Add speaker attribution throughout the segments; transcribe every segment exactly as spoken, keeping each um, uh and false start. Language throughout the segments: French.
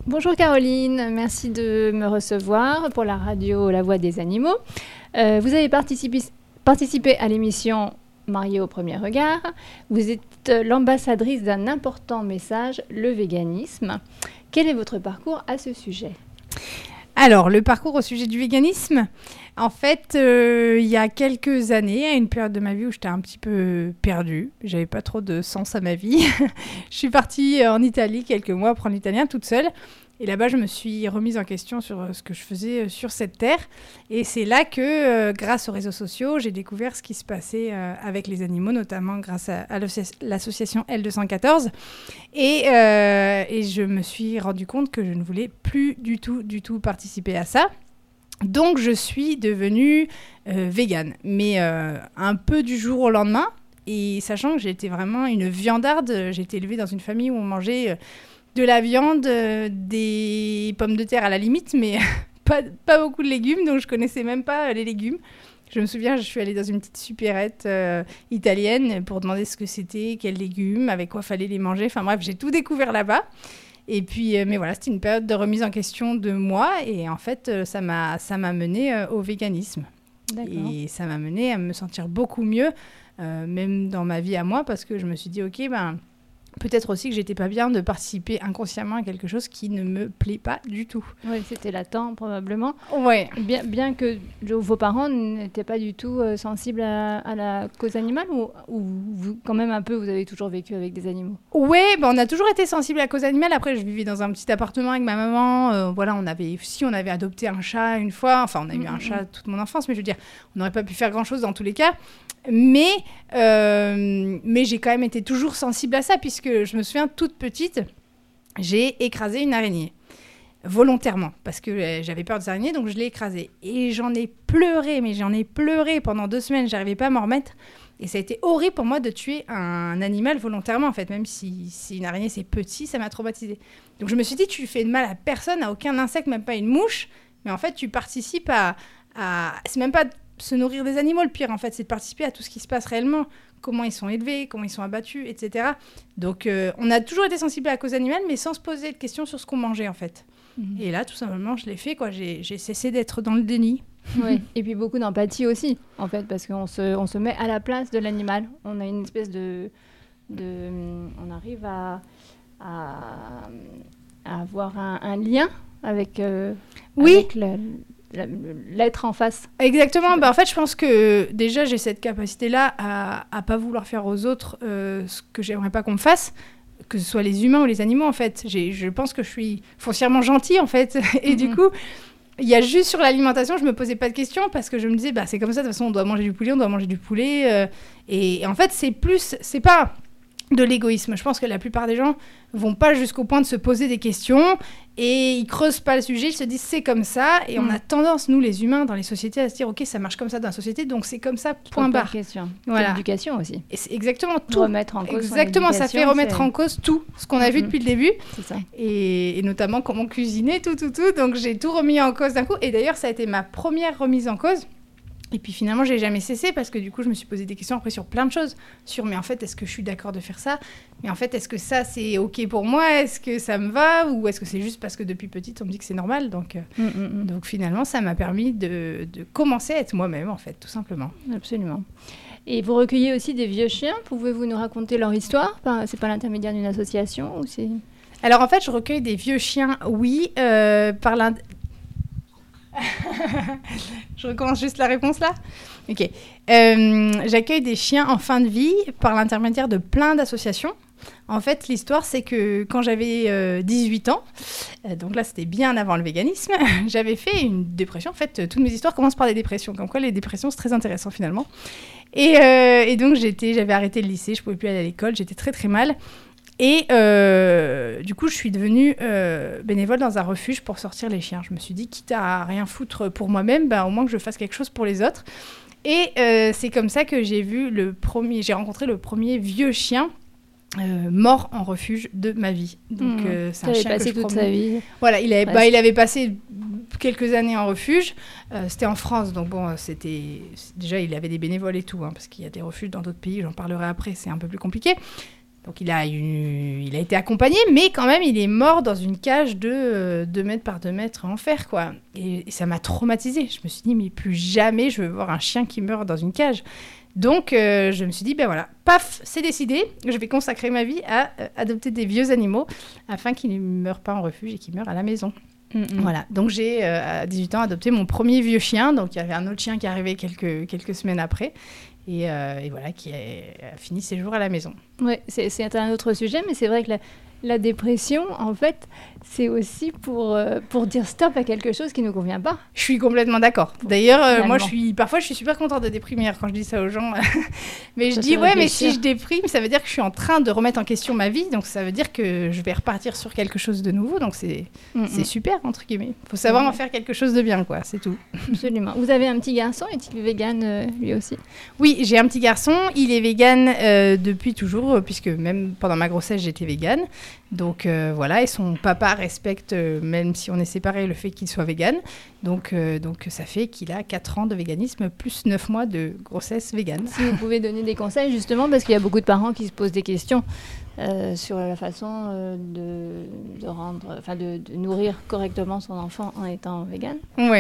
Speaker 1: Bonjour Caroline, merci de me recevoir pour la radio La Voix des Animaux. Euh, vous avez participé, participé à l'émission Mariée au premier regard. Vous êtes l'ambassadrice d'un important message, le véganisme. Quel est votre parcours à ce sujet ?
Speaker 2: Alors, le parcours au sujet du véganisme, en fait, euh, il y a quelques années, à une période de ma vie où j'étais un petit peu perdue, j'avais pas trop de sens à ma vie, je suis partie en Italie quelques mois apprendre l'italien toute seule. Et là-bas, je me suis remise en question sur ce que je faisais sur cette terre. Et c'est là que, euh, grâce aux réseaux sociaux, j'ai découvert ce qui se passait euh, avec les animaux, notamment grâce à, à l'association L deux cent quatorze. Et, euh, et je me suis rendu compte que je ne voulais plus du tout, du tout participer à ça. Donc, je suis devenue euh, végane, mais euh, un peu du jour au lendemain. Et sachant que j'étais vraiment une viandarde, j'ai été élevée dans une famille où on mangeait... Euh, de la viande, euh, des pommes de terre à la limite, mais pas, pas beaucoup de légumes, donc je connaissais même pas les légumes. Je me souviens, je suis allée dans une petite supérette euh, italienne pour demander ce que c'était, quels légumes, avec quoi fallait les manger. Enfin bref, j'ai tout découvert là-bas. Et puis, euh, mais voilà, c'était une période de remise en question de moi, et en fait, euh, ça m'a, ça m'a menée euh, au véganisme. D'accord. Et ça m'a menée à me sentir beaucoup mieux, euh, même dans ma vie à moi, parce que je me suis dit, ok, ben... peut-être aussi que j'étais pas bien de participer inconsciemment à quelque chose qui ne me plaît pas du tout.
Speaker 1: Oui, c'était latent probablement.
Speaker 2: Ouais.
Speaker 1: Bien, bien que vos parents n'étaient pas du tout euh, sensibles à, à la cause animale ou, ou vous, quand même un peu, vous avez toujours vécu avec des animaux ?
Speaker 2: Oui, ben on a toujours été sensibles à la cause animale. Après, je vivais dans un petit appartement avec ma maman. Euh, voilà, on avait, si on avait adopté un chat une fois, enfin on a mmh, eu un chat mmh. toute mon enfance, mais je veux dire, on n'aurait pas pu faire grand-chose dans tous les cas. Mais, euh, mais j'ai quand même été toujours sensible à ça, puisque je me souviens, toute petite, j'ai écrasé une araignée, volontairement, parce que euh, j'avais peur des araignées, donc je l'ai écrasée. Et j'en ai pleuré, mais j'en ai pleuré pendant deux semaines, j'arrivais pas à m'en remettre. Et ça a été horrible pour moi de tuer un animal volontairement, en fait, même si, si une araignée, c'est petit, ça m'a traumatisée. Donc je me suis dit, tu fais de mal à personne, à aucun insecte, même pas une mouche, mais en fait, tu participes à... à... c'est même pas... se nourrir des animaux, le pire, en fait, c'est de participer à tout ce qui se passe réellement, comment ils sont élevés, comment ils sont abattus, et cetera. Donc, euh, on a toujours été sensible à la cause animale, mais sans se poser de questions sur ce qu'on mangeait, en fait. Mmh. Et là, tout simplement, je l'ai fait, quoi. J'ai, j'ai cessé d'être dans le déni.
Speaker 1: Oui, et puis beaucoup d'empathie aussi, en fait, parce qu'on se, on se met à la place de l'animal. On a une espèce de... de on arrive à, à, à avoir un, un lien avec, euh,
Speaker 2: oui.
Speaker 1: avec le... l'être en face.
Speaker 2: Exactement. Bah, en fait, je pense que déjà, j'ai cette capacité-là à ne pas vouloir faire aux autres euh, ce que j'aimerais pas qu'on me fasse, que ce soit les humains ou les animaux, en fait. J'ai, je pense que je suis foncièrement gentille, en fait. Et mm-hmm. du coup, il y a juste sur l'alimentation, je me posais pas de questions parce que je me disais, bah, c'est comme ça, de toute façon, on doit manger du poulet, on doit manger du poulet. Euh, et, et en fait, c'est plus... c'est pas... de l'égoïsme. Je pense que la plupart des gens vont pas jusqu'au point de se poser des questions et ils creusent pas le sujet, ils se disent c'est comme ça et mmh. on a tendance, nous les humains dans les sociétés, à se dire ok, ça marche comme ça dans la société, donc c'est comme ça, point barre.
Speaker 1: Question.
Speaker 2: Voilà.
Speaker 1: L'éducation aussi.
Speaker 2: Et c'est exactement tout.
Speaker 1: Remettre en cause
Speaker 2: exactement, ça fait remettre
Speaker 1: c'est...
Speaker 2: en cause tout ce qu'on a mmh. vu depuis le début.
Speaker 1: C'est ça.
Speaker 2: Et, et notamment comment cuisiner, tout, tout, tout. Donc j'ai tout remis en cause d'un coup. Et d'ailleurs, ça a été ma première remise en cause. Et puis finalement, j'ai jamais cessé parce que du coup, je me suis posé des questions après sur plein de choses. Sur, mais en fait, est-ce que je suis d'accord de faire ça ? Mais en fait, est-ce que ça, c'est OK pour moi ? Est-ce que ça me va ? Ou est-ce que c'est juste parce que depuis petite, on me dit que c'est normal ? Donc, mmh, mmh. donc finalement, ça m'a permis de, de commencer à être moi-même, en fait, tout simplement.
Speaker 1: Absolument. Et vous recueillez aussi des vieux chiens. Pouvez-vous nous raconter leur histoire ? C'est pas l'intermédiaire d'une association ou c'est...
Speaker 2: Alors en fait, je recueille des vieux chiens, oui, euh, par l'int... Je recommence juste la réponse là. Ok. Euh, j'accueille des chiens en fin de vie par l'intermédiaire de plein d'associations. En fait, l'histoire, c'est que quand j'avais euh, dix-huit ans, euh, donc là, c'était bien avant le véganisme, j'avais fait une dépression. En fait, toutes mes histoires commencent par des dépressions. Comme quoi, les dépressions, c'est très intéressant finalement. Et, euh, et donc, j'étais, j'avais arrêté le lycée, je ne pouvais plus aller à l'école, j'étais très très mal. Et euh, du coup, je suis devenue euh, bénévole dans un refuge pour sortir les chiens. Je me suis dit, quitte à rien foutre pour moi-même, ben, au moins que je fasse quelque chose pour les autres. Et euh, c'est comme ça que j'ai vu le premier, j'ai rencontré le premier vieux chien euh, mort en refuge de ma vie. Donc, mmh. euh, c'est un chien
Speaker 1: passé
Speaker 2: que je
Speaker 1: toute
Speaker 2: promenais.
Speaker 1: sa vie.
Speaker 2: Voilà, il avait, bah, il avait passé quelques années en refuge. Euh, c'était en France, donc bon, c'était déjà il avait des bénévoles et tout, hein, parce qu'il y a des refuges dans d'autres pays. J'en parlerai après, c'est un peu plus compliqué. Donc il a, eu, il a été accompagné, mais quand même, il est mort dans une cage de euh, deux mètres par deux mètres en fer, quoi. Et, et ça m'a traumatisée. Je me suis dit, mais plus jamais je veux voir un chien qui meurt dans une cage. Donc euh, je me suis dit, ben voilà, paf, c'est décidé. Je vais consacrer ma vie à euh, adopter des vieux animaux afin qu'ils ne meurent pas en refuge et qu'ils meurent à la maison. Mmh. Voilà, donc j'ai euh, à dix-huit ans adopté mon premier vieux chien. Donc il y avait un autre chien qui est arrivé quelques, quelques semaines après. Et, euh, et voilà, qui a, a fini ses jours à la maison.
Speaker 1: Oui, c'est, c'est un autre sujet, mais c'est vrai que la, la dépression, en fait, c'est aussi pour, euh, pour dire stop à quelque chose qui ne nous convient pas.
Speaker 2: Je suis complètement d'accord. D'ailleurs, euh, moi, je suis, parfois, je suis super contente de déprimer quand je dis ça aux gens. mais je ça dis, ouais, mais si je déprime, ça veut dire que je suis en train de remettre en question ma vie. Donc, ça veut dire que je vais repartir sur quelque chose de nouveau. Donc, c'est, mm-hmm. c'est super, entre guillemets. Il faut savoir mm-hmm. en faire quelque chose de bien, quoi. C'est tout.
Speaker 1: Absolument. Vous avez un petit garçon, est-il vegan, euh, lui aussi ?
Speaker 2: Oui, j'ai un petit garçon. Il est vegan euh, depuis toujours, puisque même pendant ma grossesse, j'étais végane. Donc euh, voilà, et son papa respecte, euh, même si on est séparés, le fait qu'il soit vegan. Donc, euh, donc ça fait qu'il a quatre ans de véganisme, plus neuf mois de grossesse végane.
Speaker 1: Si vous pouvez donner des conseils, justement, parce qu'il y a beaucoup de parents qui se posent des questions euh, sur la façon euh, de, de, rendre, enfin de, de nourrir correctement son enfant en étant vegan.
Speaker 2: Oui.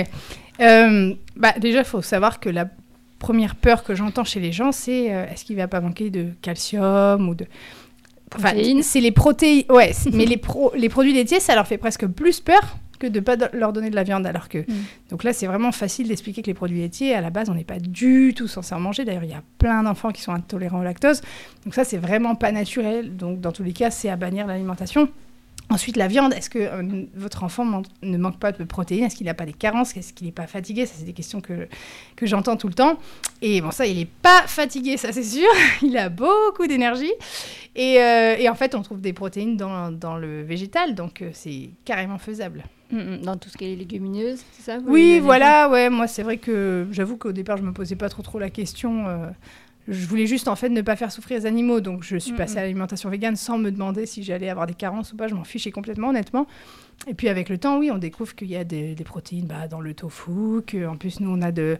Speaker 2: Euh, bah, déjà, il faut savoir que la première peur que j'entends chez les gens, c'est euh, est-ce qu'il ne va pas manquer de calcium ou de... Enfin, c'est les protéines, ouais, mais les, pro, les produits laitiers, ça leur fait presque plus peur que de ne pas do- leur donner de la viande. Alors que, mm. donc là, c'est vraiment facile d'expliquer que les produits laitiers, à la base, on n'est pas du tout censé en manger. D'ailleurs, il y a plein d'enfants qui sont intolérants au lactose. Donc ça, c'est vraiment pas naturel. Donc dans tous les cas, c'est à bannir l'alimentation. Ensuite, la viande, est-ce que euh, votre enfant man- ne manque pas de protéines ? Est-ce qu'il n'a pas des carences ? Est-ce qu'il n'est pas fatigué ? Ça, c'est des questions que, que j'entends tout le temps. Et bon, ça, il n'est pas fatigué, ça, c'est sûr. Il a beaucoup d'énergie. Et, euh, et en fait, on trouve des protéines dans, dans le végétal, donc euh, c'est carrément faisable.
Speaker 1: Mmh, dans tout ce qui est légumineuse, c'est ça ?
Speaker 2: Oui, voilà, ouais. Moi, c'est vrai que j'avoue qu'au départ, je ne me posais pas trop, trop la question... Euh, Je voulais juste, en fait, ne pas faire souffrir les animaux. Donc, je suis mmh. passée à l'alimentation végane sans me demander si j'allais avoir des carences ou pas. Je m'en fichais complètement, honnêtement. Et puis, avec le temps, oui, on découvre qu'il y a des, des protéines bah, dans le tofu. Qu'en plus, nous, on a de...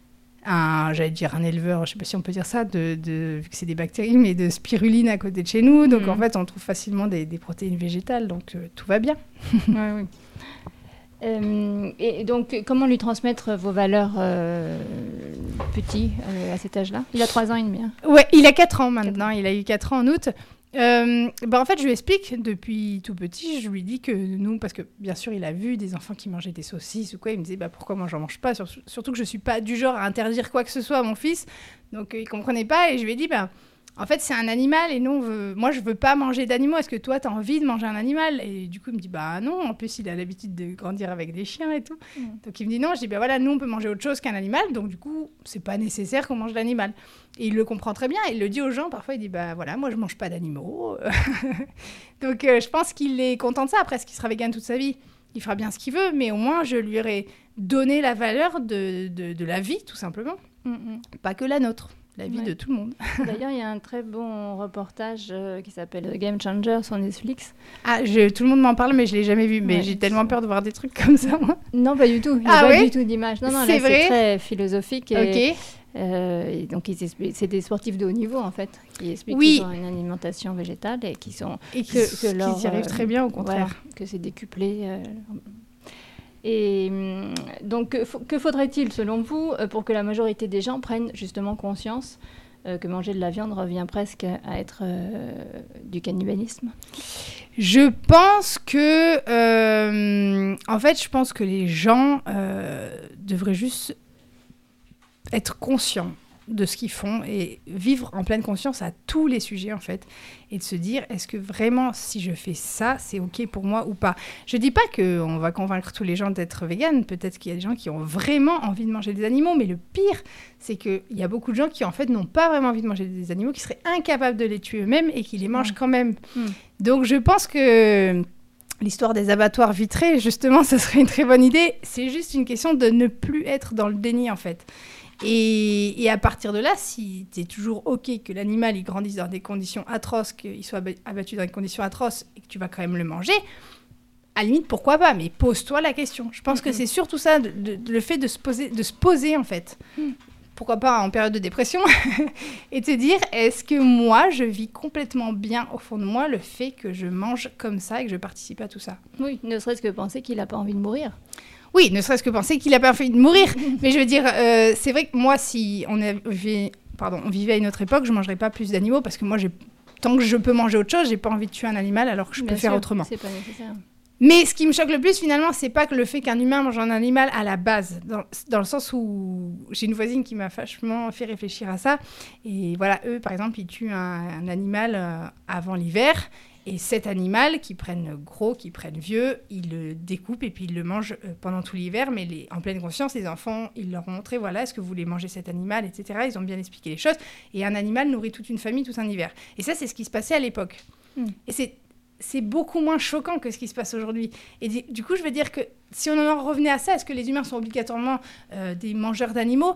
Speaker 2: Un, j'allais dire un éleveur, je ne sais pas si on peut dire ça, de, de, vu que c'est des bactéries, mais de spiruline à côté de chez nous. Donc, mmh. en fait, on trouve facilement des, des protéines végétales. Donc, euh, tout va bien.
Speaker 1: Ouais, oui. Euh, et donc, comment lui transmettre vos valeurs euh, petit euh, à cet âge-là ? Il a trois ans et demi. Hein.
Speaker 2: Ouais, il a quatre ans maintenant. Il a eu quatre ans en août. Euh, bah en fait, je lui explique depuis tout petit. Je lui dis que nous, parce que bien sûr, il a vu des enfants qui mangeaient des saucisses ou quoi. Il me disait bah, pourquoi moi, j'en mange pas ? Surtout que je suis pas du genre à interdire quoi que ce soit à mon fils. Donc, euh, il comprenait pas. Et je lui ai dit bah, en fait, c'est un animal et nous, on veut... moi, je veux pas manger d'animaux. Est-ce que toi, tu as envie de manger un animal ? Et du coup, il me dit, bah non. En plus, il a l'habitude de grandir avec des chiens et tout. Mmh. Donc, il me dit, non. Je dis, bah voilà, nous, on peut manger autre chose qu'un animal. Donc, du coup, c'est pas nécessaire qu'on mange l'animal. Et il le comprend très bien. Il le dit aux gens. Parfois, il dit, bah voilà, moi, je mange pas d'animaux. Donc, euh, je pense qu'il est content de ça. Après, est-ce qu'il sera vegan toute sa vie ? Il fera bien ce qu'il veut. Mais au moins, je lui aurais donné la valeur de, de, de la vie, tout simplement. Mmh. Pas que la nôtre. La vie ouais. de tout le monde.
Speaker 1: D'ailleurs, il y a un très bon reportage euh, qui s'appelle Game Changer sur Netflix.
Speaker 2: Ah, je, tout le monde m'en parle, mais je ne l'ai jamais vu. Mais ouais, j'ai tellement peur de voir des trucs comme ça, moi.
Speaker 1: Non, pas du tout. Il n'y a
Speaker 2: ah,
Speaker 1: pas
Speaker 2: ouais
Speaker 1: du tout d'image. Non, non,
Speaker 2: c'est
Speaker 1: là,
Speaker 2: vrai
Speaker 1: c'est très philosophique. Et,
Speaker 2: ok.
Speaker 1: Euh, et donc, ils c'est des sportifs de haut niveau, en fait, qui expliquent
Speaker 2: oui.
Speaker 1: qu'ils ont une alimentation végétale et qui sont...
Speaker 2: Et qui, que, que leur, qui y arrivent euh, très bien, au contraire.
Speaker 1: Voilà, que c'est décuplé... Euh, Et donc, que faudrait-il, selon vous, pour que la majorité des gens prennent justement conscience euh, que manger de la viande revient presque à être euh, du cannibalisme ?
Speaker 2: Je pense que... Euh, en fait, je pense que les gens euh, devraient juste être conscients de ce qu'ils font et vivre en pleine conscience à tous les sujets, en fait, et de se dire, est-ce que vraiment, si je fais ça, c'est OK pour moi ou pas ? Je dis pas qu'on va convaincre tous les gens d'être véganes, peut-être qu'il y a des gens qui ont vraiment envie de manger des animaux, mais le pire, c'est qu'il y a beaucoup de gens qui, en fait, n'ont pas vraiment envie de manger des animaux, qui seraient incapables de les tuer eux-mêmes et qui les mangent quand même. Mmh. Donc, je pense que l'histoire des abattoirs vitrés, justement, ce serait une très bonne idée. C'est juste une question de ne plus être dans le déni, en fait. Et, et à partir de là, si tu es toujours OK que l'animal il grandisse dans des conditions atroces, qu'il soit abattu dans des conditions atroces et que tu vas quand même le manger, à la limite, pourquoi pas ? Mais pose-toi la question. Je pense mm-hmm. que c'est surtout ça, de, de, de, le fait de se poser, de se poser en fait. Mm. pourquoi pas en période de dépression, et te dire, est-ce que moi, je vis complètement bien au fond de moi le fait que je mange comme ça et que je participe à tout ça?
Speaker 1: Oui, ne serait-ce que penser qu'il n'a pas envie de mourir.
Speaker 2: Oui, ne serait-ce que penser qu'il n'a pas envie de mourir. Mais je veux dire, euh, c'est vrai que moi, si on, avait, pardon, on vivait à une autre époque, je ne mangerais pas plus d'animaux parce que moi, j'ai, tant que je peux manger autre chose, je n'ai pas envie de tuer un animal alors que je
Speaker 1: Bien
Speaker 2: peux
Speaker 1: sûr,
Speaker 2: faire autrement.
Speaker 1: C'est pas nécessaire.
Speaker 2: Mais ce qui me choque le plus, finalement, c'est pas que le fait qu'un humain mange un animal à la base, dans, dans le sens où j'ai une voisine qui m'a vachement fait réfléchir à ça. Et voilà, eux, par exemple, ils tuent un, un animal euh, avant l'hiver. Et cet animal, qu'ils prennent gros, qu'ils prennent vieux, ils le découpent et puis ils le mangent euh, pendant tout l'hiver. Mais les, en pleine conscience, les enfants, ils leur ont montré, voilà, est-ce que vous voulez manger cet animal, et cetera. Ils ont bien expliqué les choses. Et un animal nourrit toute une famille tout un hiver. Et ça, c'est ce qui se passait à l'époque. Mm. Et c'est... c'est beaucoup moins choquant que ce qui se passe aujourd'hui. Et du, du coup, je veux dire que si on en revenait à ça, est-ce que les humains sont obligatoirement euh, des mangeurs d'animaux?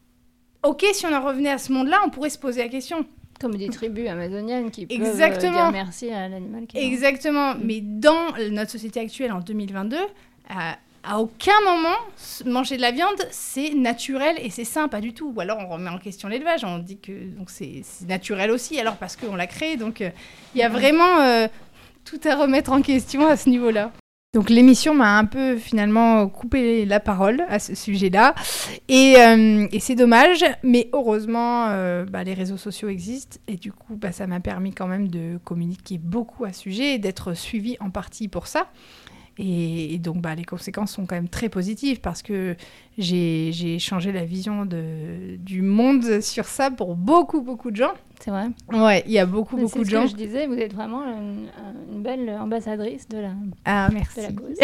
Speaker 2: Ok, si on en revenait à ce monde-là, on pourrait se poser la question.
Speaker 1: Comme des tribus amazoniennes qui peuvent
Speaker 2: Exactement.
Speaker 1: dire merci à l'animal qui est
Speaker 2: Exactement. Mais dans notre société actuelle, en deux mille vingt-deux, à, à aucun moment, manger de la viande, c'est naturel et c'est sain, pas du tout. Ou alors, on remet en question l'élevage. On dit que donc, c'est, c'est naturel aussi, alors parce qu'on l'a créé. Donc, il euh, y a vraiment... Euh, tout à remettre en question à ce niveau-là. Donc l'émission m'a un peu finalement coupé la parole à ce sujet-là. Et, euh, et c'est dommage, mais heureusement, euh, bah, les réseaux sociaux existent. Et du coup, bah, ça m'a permis quand même de communiquer beaucoup à ce sujet et d'être suivie en partie pour ça. Et, et donc, bah, les conséquences sont quand même très positives parce que j'ai, j'ai changé la vision de, du monde sur ça pour beaucoup, beaucoup de gens.
Speaker 1: C'est vrai.
Speaker 2: Ouais, il y a beaucoup,
Speaker 1: Mais
Speaker 2: beaucoup
Speaker 1: c'est
Speaker 2: de
Speaker 1: ce
Speaker 2: gens.
Speaker 1: Que je disais, vous êtes vraiment une, une belle ambassadrice de la,
Speaker 2: ah, merci.
Speaker 1: de la cause.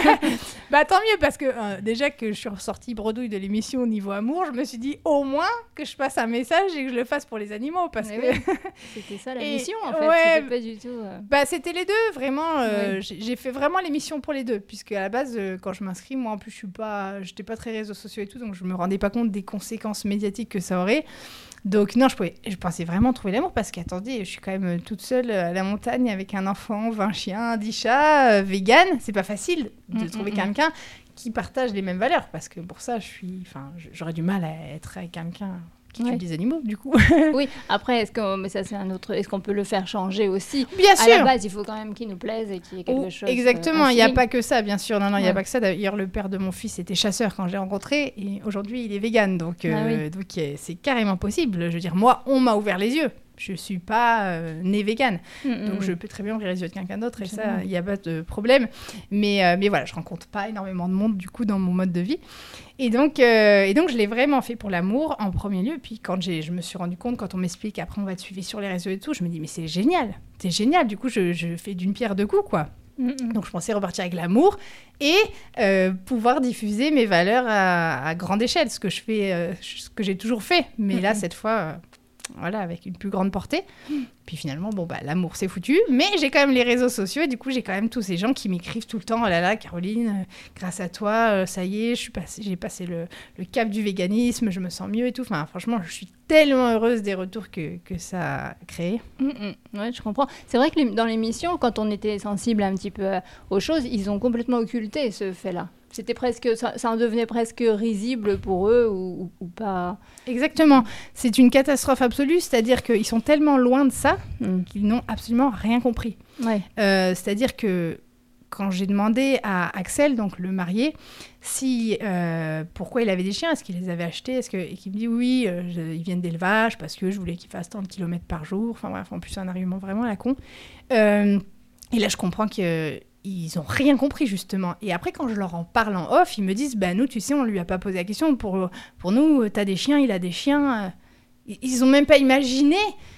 Speaker 2: Bah, tant mieux, parce que euh, déjà que je suis ressortie bredouille de l'émission au niveau amour, je me suis dit au moins que je passe un message et que je le fasse pour les animaux. Parce
Speaker 1: Mais
Speaker 2: que...
Speaker 1: oui. C'était ça la et mission, en fait.
Speaker 2: Ouais,
Speaker 1: c'était pas du tout... Euh...
Speaker 2: Bah, c'était les deux, vraiment. Euh,
Speaker 1: oui.
Speaker 2: j'ai, j'ai fait vraiment l'émission pour les deux, puisque à la base, euh, quand je m'inscris, moi, en plus, je suis pas... j'étais pas très réseaux sociaux et tout, donc je me rendais pas compte des conséquences médiatiques que ça aurait. Donc non, je, pouvais, je pensais vraiment trouver l'amour parce qu'attendez, je suis quand même toute seule à la montagne avec un enfant, vingt chiens, dix chats, euh, vegan. C'est pas facile de mmh, trouver mmh. quelqu'un qui partage les mêmes valeurs parce que pour ça, je suis, enfin, j'aurais du mal à être avec quelqu'un qui tue ouais. des animaux, du coup.
Speaker 1: Oui, après, est-ce que, mais ça c'est un autre, est-ce qu'on peut le faire changer aussi?
Speaker 2: Bien sûr.
Speaker 1: À la base, il faut quand même qu'il nous plaise et qu'il y ait quelque
Speaker 2: oh,
Speaker 1: chose.
Speaker 2: Exactement, il n'y a pas que ça, bien sûr. Non, non, il ouais. n'y a pas que ça. D'ailleurs, le père de mon fils était chasseur quand je l'ai rencontré et aujourd'hui, il est vegan. Donc, euh, ah oui. donc c'est carrément possible. Je veux dire, moi, on m'a ouvert les yeux. Je ne suis pas euh, née végane. Mmh, donc, mmh. je peux très bien ouvrir les yeux de quelqu'un d'autre et ça, il n'y a pas de problème. Mais, euh, mais voilà, je ne rencontre pas énormément de monde, du coup, dans mon mode de vie. Et donc, euh, et donc je l'ai vraiment fait pour l'amour, en premier lieu. Puis, quand j'ai, je me suis rendu compte, quand on m'explique, après, on va te suivre sur les réseaux et tout, je me dis, mais c'est génial. C'est génial. Du coup, je, je fais d'une pierre deux coups, quoi. Mmh. Donc, je pensais repartir avec l'amour et euh, pouvoir diffuser mes valeurs à, à grande échelle, ce que je fais, euh, ce que j'ai toujours fait. Mais mmh. là, cette fois... Euh, voilà, avec une plus grande portée. Mmh. Puis finalement, bon, bah, l'amour, c'est foutu. Mais j'ai quand même les réseaux sociaux et du coup, j'ai quand même tous ces gens qui m'écrivent tout le temps. Oh là là, Caroline, euh, grâce à toi, euh, ça y est, je suis passée, j'ai passé le, le cap du véganisme, je me sens mieux et tout. Enfin, franchement, je suis tellement heureuse des retours que, que ça a créé.
Speaker 1: Mmh, mmh. Ouais, je comprends. C'est vrai que les, dans l'émission, quand on était sensible un petit peu euh, aux choses, ils ont complètement occulté ce fait-là. C'était presque, ça, ça en devenait presque risible pour eux ou, ou, ou pas.
Speaker 2: Exactement. C'est une catastrophe absolue, c'est-à-dire qu'ils sont tellement loin de ça mm. qu'ils n'ont absolument rien compris.
Speaker 1: Ouais.
Speaker 2: Euh, c'est-à-dire que quand j'ai demandé à Axel, donc le marié, si, euh, pourquoi il avait des chiens, est-ce qu'il les avait achetés, est-ce que, et qu'il me dit oui, euh, je, ils viennent d'élevage parce que je voulais qu'ils fassent tant de kilomètres par jour. Enfin bref, en plus c'est un argument vraiment à la con. Euh, et là je comprends que ils n'ont rien compris, justement. Et après, quand je leur en parle en off, ils me disent, bah, nous, tu sais, on ne lui a pas posé la question. Pour, pour nous, tu as des chiens, il a des chiens. Ils n'ont même pas imaginé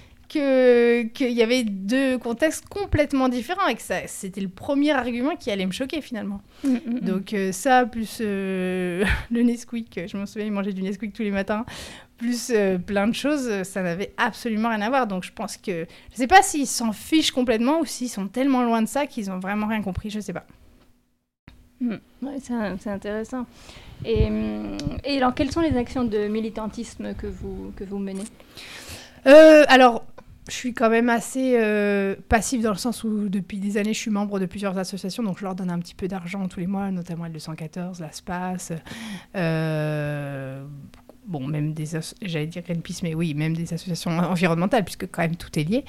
Speaker 2: que, qu'il y avait deux contextes complètement différents et que ça, c'était le premier argument qui allait me choquer, finalement. Mmh, mmh. Donc euh, ça, plus euh, le Nesquik, je m'en souviens, ils mangeaient du Nesquik tous les matins, plus euh, plein de choses, ça n'avait absolument rien à voir. Donc je pense que... Je ne sais pas s'ils s'en fichent complètement ou s'ils sont tellement loin de ça qu'ils n'ont vraiment rien compris, je ne sais pas.
Speaker 1: Mmh. Ouais, c'est, c'est intéressant. Et, et alors, quelles sont les actions de militantisme que vous, que vous menez ?
Speaker 2: euh, Alors, je suis quand même assez euh, passive dans le sens où depuis des années, je suis membre de plusieurs associations, donc je leur donne un petit peu d'argent tous les mois, notamment L deux cent quatorze, l'A S P A S, euh, bon, même des, as- j'allais dire Greenpeace, mais oui, même des associations environnementales, puisque quand même tout est lié.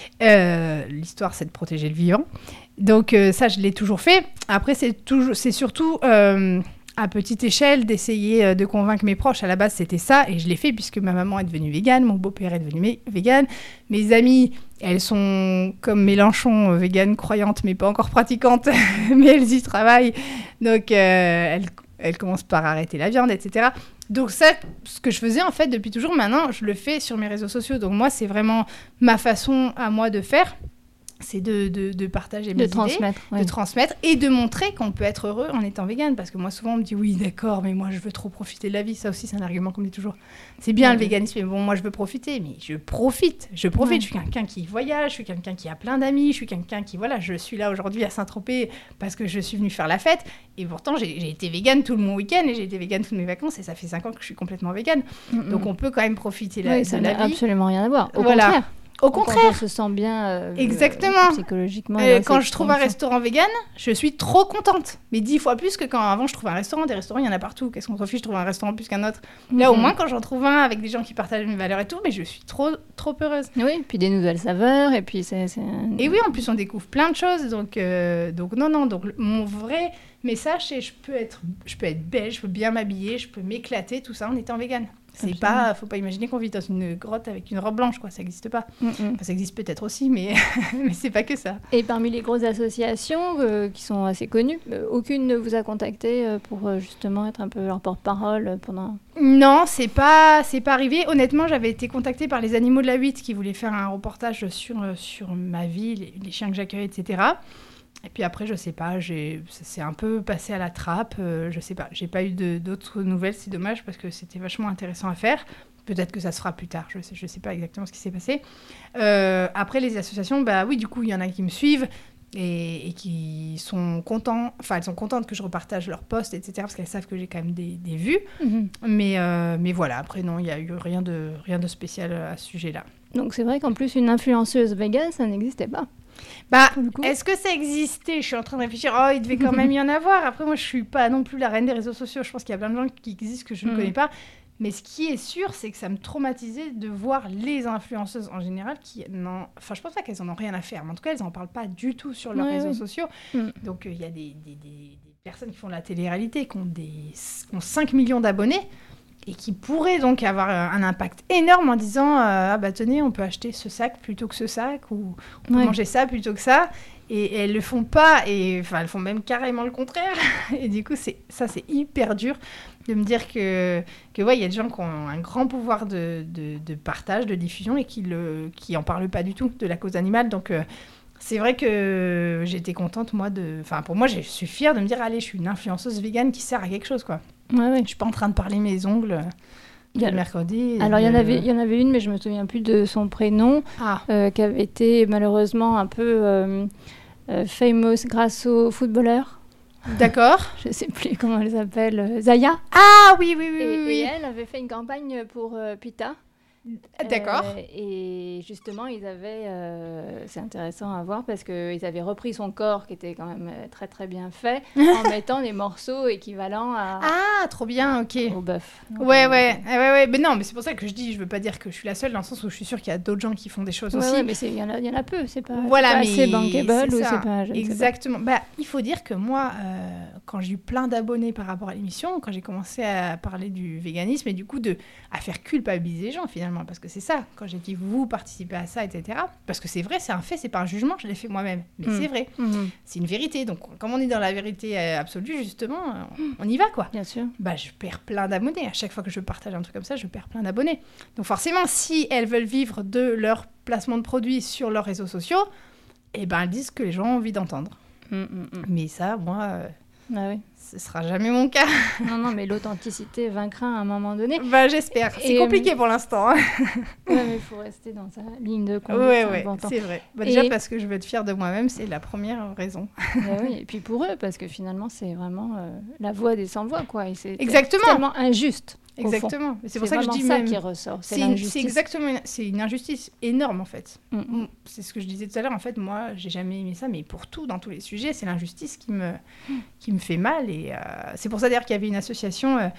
Speaker 2: Euh, l'histoire, c'est de protéger le vivant. Donc euh, ça, je l'ai toujours fait. Après, c'est, toujours, c'est surtout euh, à petite échelle d'essayer euh, de convaincre mes proches. À la base, c'était ça, et je l'ai fait puisque ma maman est devenue végane, mon beau-père est devenu mé- végane, mes amies, elles sont comme Mélenchon, euh, véganes, croyantes, mais pas encore pratiquantes, mais elles y travaillent. Donc, euh, elles, elles commencent par arrêter la viande, et cetera. Donc ça, ce que je faisais en fait depuis toujours, maintenant, je le fais sur mes réseaux sociaux. Donc moi, c'est vraiment ma façon à moi de faire. C'est de, de, de partager mes
Speaker 1: De
Speaker 2: idées,
Speaker 1: transmettre. ouais.
Speaker 2: de transmettre et de montrer qu'on peut être heureux en étant végane. Parce que moi, souvent, on me dit « Oui, d'accord, mais moi, je veux trop profiter de la vie. » Ça aussi, c'est un argument qu'on me dit toujours. C'est bien
Speaker 1: Ouais.
Speaker 2: le véganisme, mais bon, moi, je veux profiter. Mais je profite. Je profite.
Speaker 1: Ouais.
Speaker 2: Je suis quelqu'un qui voyage, je suis quelqu'un qui a plein d'amis, je suis quelqu'un qui, voilà, je suis là aujourd'hui à Saint-Tropez parce que je suis venue faire la fête. Et pourtant, j'ai, j'ai été végane tout mon week-end et j'ai été végane toutes mes vacances. Et ça fait cinq ans que je suis complètement végane.
Speaker 1: Mm-mm.
Speaker 2: Donc, on peut quand même profiter la,
Speaker 1: Oui,
Speaker 2: de
Speaker 1: ça
Speaker 2: la
Speaker 1: n'a
Speaker 2: vie.
Speaker 1: absolument rien à voir. Au
Speaker 2: Voilà.
Speaker 1: contraire.
Speaker 2: Au
Speaker 1: Quand
Speaker 2: contraire.
Speaker 1: on se sent bien euh,
Speaker 2: Exactement.
Speaker 1: euh, psychologiquement.
Speaker 2: Euh,
Speaker 1: dans
Speaker 2: quand
Speaker 1: ses
Speaker 2: je trouve un
Speaker 1: conditions.
Speaker 2: restaurant vegan, je suis trop contente. Mais dix fois plus que quand avant je trouve un restaurant. Des restaurants, il y en a partout. Qu'est-ce qu'on s'en fiche, je trouve un restaurant plus qu'un autre. Là, au
Speaker 1: Mhm.
Speaker 2: moins, quand j'en trouve un avec des gens qui partagent mes valeurs et tout, mais je suis trop, trop heureuse.
Speaker 1: Oui, puis des nouvelles saveurs, et puis c'est... c'est un-
Speaker 2: Et oui, en plus, on découvre plein de choses. Donc, euh, donc non, non. Donc, le- mon vrai message, c'est je peux être, je peux être belle, je peux bien m'habiller, je peux m'éclater, tout ça en étant végane. C'est
Speaker 1: Absolument.
Speaker 2: pas, faut pas imaginer qu'on vit dans une grotte avec une robe blanche, quoi. Ça n'existe pas.
Speaker 1: Mm-mm.
Speaker 2: Enfin, ça existe peut-être aussi, mais, mais c'est pas que ça.
Speaker 1: Et parmi les grosses associations euh, qui sont assez connues, euh, aucune ne vous a contacté euh, pour euh, justement être un peu leur porte-parole euh, pendant...
Speaker 2: Non, c'est pas, c'est pas arrivé. Honnêtement, j'avais été contactée par les Animaux de la huit qui voulaient faire un reportage sur, euh, sur ma vie, les, les chiens que j'accueille, et cetera. Et puis après, je sais pas, j'ai, ça s'est un peu passé à la trappe. Euh, je sais pas, j'ai pas eu de, d'autres nouvelles, c'est dommage parce que c'était vachement intéressant à faire. Peut-être que ça se fera plus tard, je sais, je sais pas exactement ce qui s'est passé. Euh, après, les associations, bah oui, du coup, il y en a qui me suivent. Et, et qui sont contents, enfin elles sont contentes que je repartage leurs posts, et cetera, parce qu'elles savent que j'ai quand même des, des vues.
Speaker 1: Mhm.
Speaker 2: Mais, euh, mais voilà, après non, il n'y a eu rien de, rien de spécial à ce sujet-là.
Speaker 1: Donc c'est vrai qu'en plus, une influenceuse végane, ça n'existait pas.
Speaker 2: Bah,
Speaker 1: Pour le coup.
Speaker 2: est-ce que ça existait ? Je suis en train de réfléchir, oh, il devait quand même y en avoir. Après, moi, je suis pas non plus la reine des réseaux sociaux. Je pense qu'il y a plein de gens qui existent que je ne
Speaker 1: Mm.
Speaker 2: connais pas. Mais ce qui est sûr, c'est que ça me traumatisait de voir les influenceuses en général qui n'en... Enfin, je pense pas qu'elles en ont rien à faire, mais en tout cas, elles n'en parlent pas du tout sur leurs
Speaker 1: Ouais,
Speaker 2: réseaux
Speaker 1: ouais.
Speaker 2: sociaux.
Speaker 1: Mm.
Speaker 2: Donc, il euh, y a des, des, des, des personnes qui font de la télé-réalité, qui ont, des, qui ont cinq millions d'abonnés et qui pourraient donc avoir un impact énorme en disant euh, « Ah bah tenez, on peut acheter ce sac plutôt que ce sac » ou « On peut
Speaker 1: Ouais.
Speaker 2: manger ça plutôt que ça ». Et, et elles le font pas, et enfin elles font même carrément le contraire. Et du coup, c'est, ça c'est hyper dur de me dire que, que ouais, il y a des gens qui ont un grand pouvoir de, de, de partage, de diffusion, et qui le, qui en parlent pas du tout de la cause animale. Donc euh, c'est vrai que j'étais contente, moi, de... Enfin, pour moi, je suis fière de me dire, allez, je suis une influenceuse végane qui sert à quelque chose, quoi.
Speaker 1: Ouais, ouais.
Speaker 2: Je suis pas en train de parler mes ongles
Speaker 1: Il y a-
Speaker 2: le mercredi.
Speaker 1: Alors, il y, en
Speaker 2: euh,
Speaker 1: avait, il y en avait une, mais je me souviens plus de son prénom,
Speaker 2: Ah,
Speaker 1: euh, qui avait été malheureusement un peu euh, euh, famous grâce aux footballeurs.
Speaker 2: d'accord.
Speaker 1: Je sais plus comment elle s'appelle, euh, Zaya.
Speaker 2: Ah oui, oui, oui,
Speaker 1: Et,
Speaker 2: oui,
Speaker 1: et
Speaker 2: oui.
Speaker 1: elle avait fait une campagne pour euh, PETA.
Speaker 2: D'accord.
Speaker 1: Euh, et justement, ils avaient, euh, c'est intéressant à voir parce qu'ils avaient repris son corps qui était quand même euh, très très bien fait en mettant des morceaux équivalents à,
Speaker 2: Ah, trop bien, ok.
Speaker 1: au bœuf.
Speaker 2: Ouais,
Speaker 1: Euh,
Speaker 2: ouais, ouais, ouais, mais non, mais c'est pour ça que je dis, je veux pas dire que je suis la seule, dans le sens où je suis sûre qu'il y a d'autres gens qui font des choses
Speaker 1: Ouais,
Speaker 2: aussi.
Speaker 1: ouais, mais c'est- il y, en a- il y en a peu, c'est pas,
Speaker 2: Voilà,
Speaker 1: c'est pas
Speaker 2: mais
Speaker 1: assez bankable
Speaker 2: c'est
Speaker 1: ou
Speaker 2: ça.
Speaker 1: c'est pas. Je ne sais pas.
Speaker 2: Exactement. Bah, il faut dire que moi, euh, quand j'ai eu plein d'abonnés par rapport à l'émission, quand j'ai commencé à parler du véganisme et du coup de à faire culpabiliser les gens finalement, parce que c'est ça. Quand j'ai dit vous participez à ça, et cetera. Parce que c'est vrai, c'est un fait, c'est pas un jugement, je l'ai fait moi-même, mais
Speaker 1: Mm.
Speaker 2: c'est vrai,
Speaker 1: Mhm,
Speaker 2: c'est une vérité. Donc, comme on est dans la vérité euh, absolue, justement, euh, on y va quoi.
Speaker 1: bien sûr.
Speaker 2: Bah, je perds plein d'abonnés. À chaque fois que je partage un truc comme ça, je perds plein d'abonnés. Donc forcément, si elles veulent vivre de leur placement de produits sur leurs réseaux sociaux, eh ben, elles disent ce que les gens ont envie d'entendre.
Speaker 1: Mm, mm, mm.
Speaker 2: Mais ça, moi, euh,
Speaker 1: Ah oui.
Speaker 2: ce sera jamais mon cas.
Speaker 1: Non, non, mais l'authenticité vaincra à un moment donné.
Speaker 2: Bah, j'espère. C'est
Speaker 1: Et,
Speaker 2: compliqué pour l'instant. Hein.
Speaker 1: Ouais, mais il faut rester dans sa ligne de conduite.
Speaker 2: Ouais,
Speaker 1: c'est
Speaker 2: ouais,
Speaker 1: important.
Speaker 2: c'est vrai. Bah, déjà,
Speaker 1: Et-
Speaker 2: parce que je veux être fière de moi-même, c'est la première raison.
Speaker 1: Ah oui, et puis pour eux, parce que finalement, c'est vraiment euh, la voix des sans-voix, quoi. Et c'est
Speaker 2: Exactement.
Speaker 1: tellement injuste. au fond.
Speaker 2: Exactement. Mais c'est pour ça que je
Speaker 1: vraiment
Speaker 2: dis
Speaker 1: ça
Speaker 2: même...
Speaker 1: qui ressort. C'est
Speaker 2: C'est, une-
Speaker 1: l'injustice.
Speaker 2: c'est exactement une, c'est une injustice énorme, en fait.
Speaker 1: Mm, mm.
Speaker 2: Mm, C'est ce que je disais tout à l'heure. En fait, moi, j'ai jamais aimé ça, mais pour tout, dans tous les sujets, c'est l'injustice qui me, qui me fait mal. Et euh, c'est pour ça, d'ailleurs, qu'il y avait une association euh,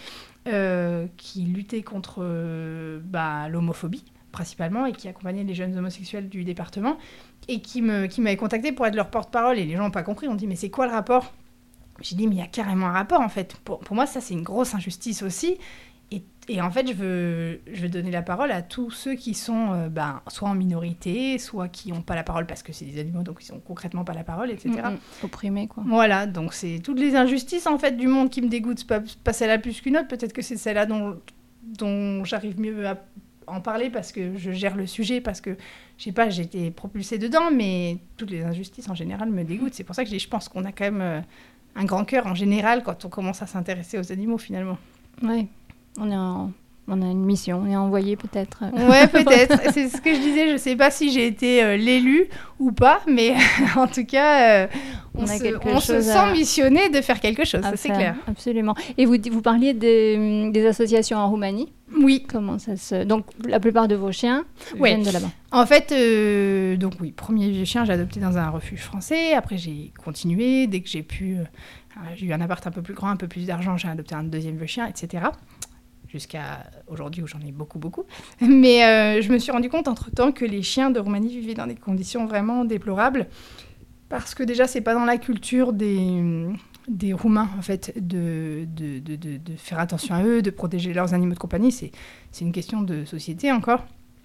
Speaker 2: euh, qui luttait contre euh, bah, l'homophobie, principalement, et qui accompagnait les jeunes homosexuels du département, et qui, me, qui m'avait contacté pour être leur porte-parole. Et les gens n'ont pas compris, on dit, mais c'est quoi le rapport ? J'ai dit, mais il y a carrément un rapport, en fait. Pour, pour moi, ça, c'est une grosse injustice aussi. Et, et en fait, je veux, je veux donner la parole à tous ceux qui sont euh, ben, soit en minorité, soit qui n'ont pas la parole parce que c'est des animaux, donc ils n'ont concrètement pas la parole, et cetera.
Speaker 1: Mmh, opprimés, quoi.
Speaker 2: Voilà, donc c'est toutes les injustices, en fait, du monde qui me dégoûtent. C'est pas, pas celle-là plus qu'une autre, peut-être que c'est celle-là dont, dont j'arrive mieux à en parler parce que je gère le sujet, parce que, je sais pas, j'ai été propulsée dedans, mais toutes les injustices, en général, me dégoûtent. C'est pour ça que je, je pense qu'on a quand même euh, un grand cœur, en général, quand on commence à s'intéresser aux animaux, finalement.
Speaker 1: Oui. On, est en... on a une mission, on est envoyé peut-être.
Speaker 2: Ouais, peut-être. C'est ce que je disais. Je ne sais pas si j'ai été euh, l'élu ou pas, mais en tout cas, euh, on, on, se, on se sent à... missionné de faire quelque chose, ça, c'est clair.
Speaker 1: Absolument. Et vous, vous parliez des, des associations en Roumanie ?
Speaker 2: Oui.
Speaker 1: Comment ça se... Donc, la plupart de vos chiens
Speaker 2: ouais.
Speaker 1: viennent de là-bas.
Speaker 2: En fait, euh, donc oui, premier vieux chien, j'ai adopté dans un refuge français. Après, j'ai continué. Dès que j'ai pu... Euh, j'ai eu un appart un peu plus grand, un peu plus d'argent, j'ai adopté un deuxième vieux chien, et cetera. Jusqu'à aujourd'hui où j'en ai beaucoup, beaucoup. Mais euh, je me suis rendu compte entre-temps que les chiens de Roumanie vivaient dans des conditions vraiment déplorables. Parce que déjà, c'est pas dans la culture des, des Roumains, en fait, de, de, de, de, de faire attention à eux, de protéger leurs animaux de compagnie. C'est, c'est une question de société encore.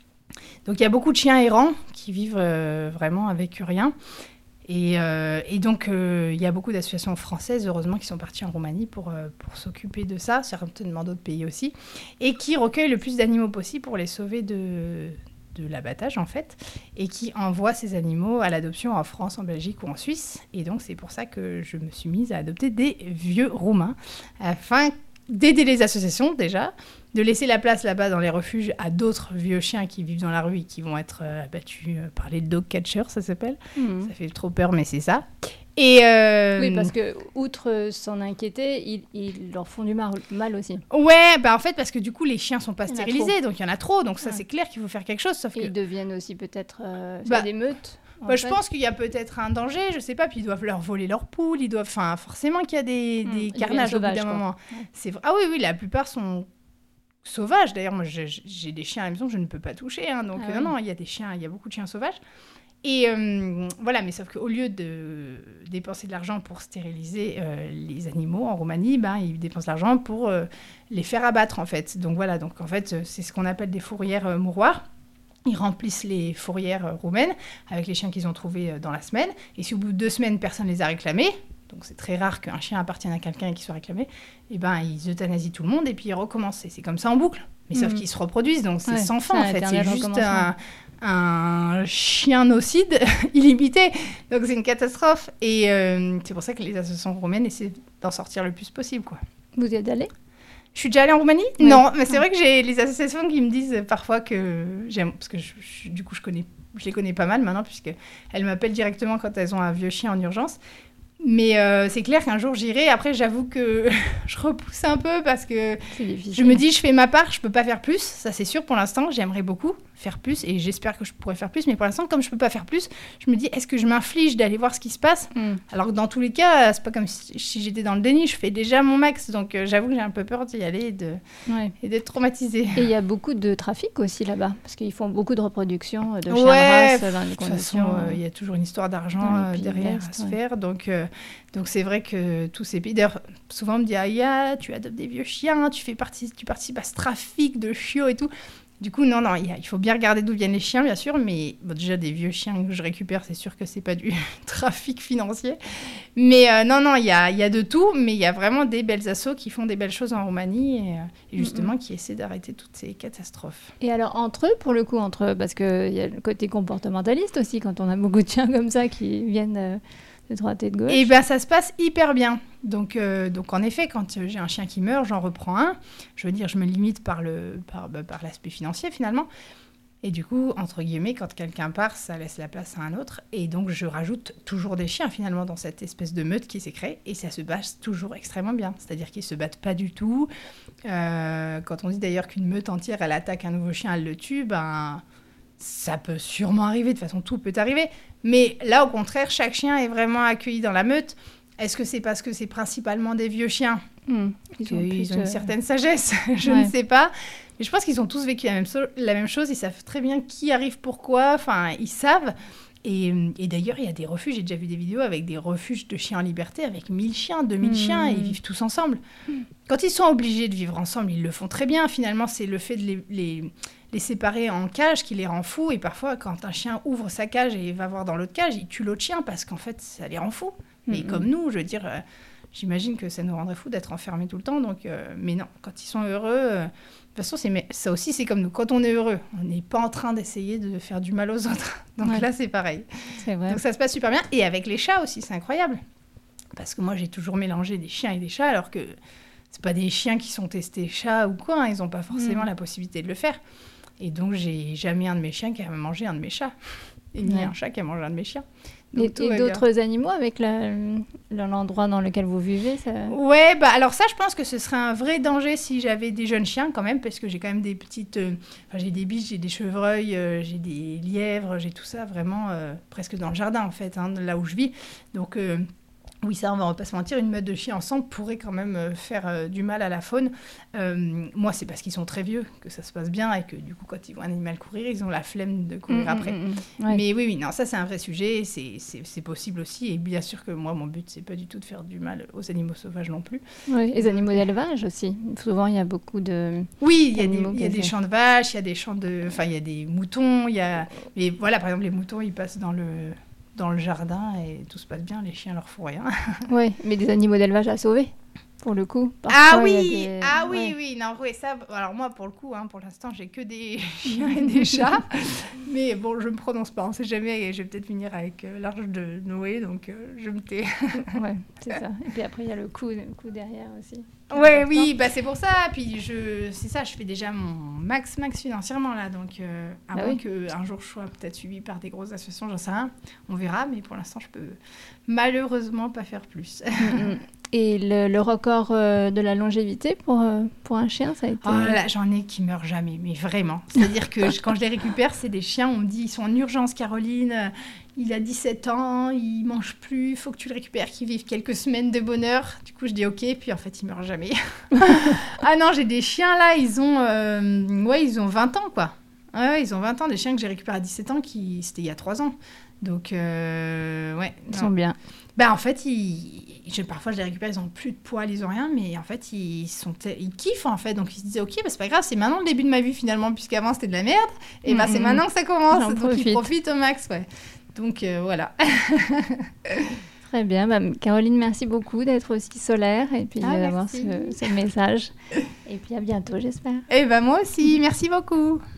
Speaker 2: Donc il y a beaucoup de chiens errants qui vivent euh, vraiment avec rien. Et, euh, et donc, il euh, y a beaucoup d'associations françaises, heureusement, qui sont parties en Roumanie pour, euh, pour s'occuper de ça, certainement d'autres pays aussi, et qui recueillent le plus d'animaux possible pour les sauver de, de l'abattage, en fait, et qui envoient ces animaux à l'adoption en France, en Belgique ou en Suisse. Et donc, c'est pour ça que je me suis mise à adopter des vieux Roumains, afin d'aider les associations, déjà, de laisser la place là-bas dans les refuges à d'autres vieux chiens qui vivent dans la rue et qui vont être euh, abattus euh, par les dog catchers, ça s'appelle. Mmh. Ça fait trop peur, mais c'est ça. Et euh...
Speaker 1: Oui, parce que outre s'en inquiéter, ils, ils leur font du mal, mal aussi.
Speaker 2: Ouais, bah en fait, parce que du coup, les chiens sont pas stérilisés, donc il y en a trop. Donc ça, ouais. C'est clair qu'il faut faire quelque chose. Sauf
Speaker 1: et
Speaker 2: que...
Speaker 1: ils deviennent aussi peut-être euh,
Speaker 2: bah,
Speaker 1: des meutes.
Speaker 2: Bah, je pense qu'il y a peut-être un danger, je sais pas, puis ils doivent leur voler leurs poules, ils doivent... Enfin, forcément qu'il y a des, mmh, des carnages au bout d'un moment. Ouais. C'est... Ah oui, oui, la plupart sont... sauvages. D'ailleurs, moi, j'ai, j'ai des chiens à la maison que je ne peux pas toucher. Hein, donc, ah, euh, non, non, il y a des chiens, il y a beaucoup de chiens sauvages. Et euh, voilà, mais sauf qu'au lieu de dépenser de l'argent pour stériliser euh, les animaux en Roumanie, ben, ils dépensent de l'argent pour euh, les faire abattre, en fait. Donc, voilà, donc, en fait, c'est ce qu'on appelle des fourrières euh, mouroirs. Ils remplissent les fourrières euh, roumaines avec les chiens qu'ils ont trouvés euh, dans la semaine. Et si au bout de deux semaines, personne ne les a réclamés, donc c'est très rare qu'un chien appartienne à quelqu'un et qu'il soit réclamé, et ben ils euthanasient tout le monde et puis ils recommencent. Et c'est comme ça en boucle. Mais mmh. sauf qu'ils se reproduisent, donc c'est ouais, sans fin en fait. C'est juste un, un chien nocide illimité. Donc c'est une catastrophe. Et euh, c'est pour ça que les associations roumaines essaient d'en sortir le plus possible, quoi.
Speaker 1: Vous y êtes allée ?
Speaker 2: Je suis déjà allée en Roumanie ? Ouais. Non, mais c'est vrai que j'ai les associations qui me disent parfois que j'aime, parce que je, je, du coup je connais, je les connais pas mal maintenant puisque elles m'appellent directement quand elles ont un vieux chien en urgence. Mais euh, c'est clair qu'un jour j'irai. Après, j'avoue que je repousse un peu parce que je me dis, je fais ma part, je peux pas faire plus. Ça, c'est sûr pour l'instant. J'aimerais beaucoup faire plus et j'espère que je pourrais faire plus. Mais pour l'instant, comme je peux pas faire plus, je me dis, est-ce que je m'inflige d'aller voir ce qui se passe ? mm. Alors que dans tous les cas, c'est pas comme si, si j'étais dans le déni. Je fais déjà mon max. Donc, euh, j'avoue que j'ai un peu peur d'y aller et, de, ouais. et d'être traumatisée.
Speaker 1: Et il y a beaucoup de trafic aussi là-bas parce qu'ils font beaucoup de reproduction de chiens
Speaker 2: ouais,
Speaker 1: de race dans des conditions.
Speaker 2: De toute façon, il euh, y a toujours une histoire d'argent euh, derrière à se ouais. faire. Donc, euh, Donc c'est vrai que tous ces pays, d'ailleurs, souvent on me dit « Ah, yeah, tu adoptes des vieux chiens, tu, fais partie, tu participes à ce trafic de chiots et tout ». Du coup, non, non, il faut bien regarder d'où viennent les chiens, bien sûr, mais bon, déjà, des vieux chiens que je récupère, c'est sûr que c'est pas du trafic financier. Mais euh, non, non, il y a, y a de tout, mais il y a vraiment des belles assos qui font des belles choses en Roumanie et, et justement mm-hmm. qui essaient d'arrêter toutes ces catastrophes.
Speaker 1: Et alors, entre eux, pour le coup, entre eux, parce qu'il y a le côté comportementaliste aussi, quand on a beaucoup de chiens comme ça qui viennent... Euh... de droite et de gauche.
Speaker 2: Et bien, ça se passe hyper bien. Donc, euh, donc, en effet, quand j'ai un chien qui meurt, j'en reprends un. Je veux dire, je me limite par, le, par, bah, par l'aspect financier, finalement. Et du coup, entre guillemets, quand quelqu'un part, ça laisse la place à un autre. Et donc, je rajoute toujours des chiens, finalement, dans cette espèce de meute qui s'est créée. Et ça se passe toujours extrêmement bien. C'est-à-dire qu'ils ne se battent pas du tout. Euh, quand on dit d'ailleurs qu'une meute entière, elle attaque un nouveau chien, elle le tue, ben... ça peut sûrement arriver, de toute façon tout peut arriver, mais là au contraire chaque chien est vraiment accueilli dans la meute, Est-ce que c'est parce que c'est principalement des vieux chiens
Speaker 1: mmh.
Speaker 2: Ils ont, ils ont une euh... certaine sagesse, je ouais. ne sais pas. Mais je pense qu'ils ont tous vécu la même, so- la même chose. Ils savent très bien qui arrive pourquoi. Enfin, ils savent. Et, et d'ailleurs, il y a des refuges. J'ai déjà vu des vidéos avec des refuges de chiens en liberté avec mille chiens, deux mille mmh. chiens. Et ils vivent tous ensemble. Mmh. Quand ils sont obligés de vivre ensemble, ils le font très bien. Finalement, c'est le fait de les, les, les séparer en cage qui les rend fous. Et parfois, quand un chien ouvre sa cage et va voir dans l'autre cage, il tue l'autre chien parce qu'en fait, ça les rend fous. Mais mmh. comme nous, je veux dire... Euh, J'imagine que ça nous rendrait fou d'être enfermés tout le temps. Donc, euh, mais non, quand ils sont heureux, euh, de toute façon, c'est, mais ça aussi, c'est comme nous. Quand on est heureux, on n'est pas en train d'essayer de faire du mal aux autres. Donc ouais. là, c'est pareil.
Speaker 1: C'est vrai.
Speaker 2: Donc ça se passe super bien. Et avec les chats aussi, c'est incroyable. Parce que moi, j'ai toujours mélangé des chiens et des chats, alors que c'est pas des chiens qui sont testés chats ou quoi. Hein, ils n'ont pas forcément mmh. la possibilité de le faire. Et donc, j'ai jamais un de mes chiens qui a mangé un de mes chats. Et ni ouais. un chat qui a mangé un de mes chiens.
Speaker 1: Et, et d'autres bien. animaux avec la, l'endroit dans lequel vous vivez ça...
Speaker 2: Ouais, bah alors ça, je pense que ce serait un vrai danger si j'avais des jeunes chiens quand même, parce que j'ai quand même des petites... Euh, enfin, j'ai des biches, j'ai des chevreuils, euh, j'ai des lièvres, j'ai tout ça vraiment euh, presque dans le jardin en fait, hein, là où je vis. Donc... Euh, oui, ça, on va pas se mentir, une meute de chiens ensemble pourrait quand même euh, faire euh, du mal à la faune. Euh, moi, c'est parce qu'ils sont très vieux que ça se passe bien et que du coup, quand ils voient un animal courir, ils ont la flemme de courir mmh, après. Mmh, mmh. Ouais. Mais oui, oui, non, ça, c'est un vrai sujet, c'est, c'est, c'est possible aussi. Et bien sûr que moi, mon but, c'est pas du tout de faire du mal aux animaux sauvages non plus.
Speaker 1: Oui, les animaux d'élevage aussi. Souvent, il y a beaucoup de...
Speaker 2: Oui, il y a des, il y a des champs de vaches, il y a des champs de... Enfin, il y a des moutons, il y a... Mais voilà, par exemple, les moutons, ils passent dans le... dans le jardin et tout se passe bien, les chiens leur font rien.
Speaker 1: Oui, mais des animaux d'élevage à sauver, pour le coup.
Speaker 2: Ah oui, des... ah oui, ouais. oui, non, oui, ça, alors moi, pour le coup, hein, pour l'instant, j'ai que des chiens et des chats, mais bon, je me prononce pas, on sait jamais, et je vais peut-être finir avec euh, l'arche de Noé, donc euh, je me tais.
Speaker 1: Ouais, c'est ça. Et puis après, il y a le coup, le coup derrière aussi.
Speaker 2: Ouais, oui, bah c'est pour ça. Puis je, c'est ça, je fais déjà mon max max financièrement là, donc euh, à bah moins oui. qu'un jour je sois peut-être suivie par des grosses associations, j'en sais rien, on verra. Mais pour l'instant, je peux malheureusement pas faire plus.
Speaker 1: Et le, le record euh, de la longévité pour euh, pour un chien, ça a été.
Speaker 2: Oh là, j'en ai qui meurent jamais, mais vraiment. C'est-à-dire que je, quand je les récupère, c'est des chiens. On me dit ils sont en urgence, Caroline. Il a dix-sept ans, il mange plus, il faut que tu le récupères, qu'il vive quelques semaines de bonheur. Du coup, je dis ok, puis en fait, il meurt jamais. Ah non, j'ai des chiens là, ils ont, euh, ouais, ils ont vingt ans, quoi. Ouais, ils ont vingt ans, des chiens que j'ai récupérés à dix-sept ans, qui... c'était il y a trois ans. Donc, euh, ouais.
Speaker 1: Ils non. sont bien.
Speaker 2: Bah, en fait, ils... je, parfois, je les récupère, ils n'ont plus de poils, ils n'ont rien, mais en fait, ils, sont t... ils kiffent, en fait. Donc, ils se disaient, ok, bah, c'est pas grave, c'est maintenant le début de ma vie, finalement, puisqu'avant, c'était de la merde. Et mmh, bah, c'est mmh. maintenant que ça commence. J'en donc, profite. Ils profitent au max, ouais. Donc, euh, voilà.
Speaker 1: Très bien. Bah, Caroline, merci beaucoup d'être aussi solaire et puis ah, d'avoir ce, ce message. Et puis, à bientôt, j'espère.
Speaker 2: Et bah, moi aussi. Merci beaucoup.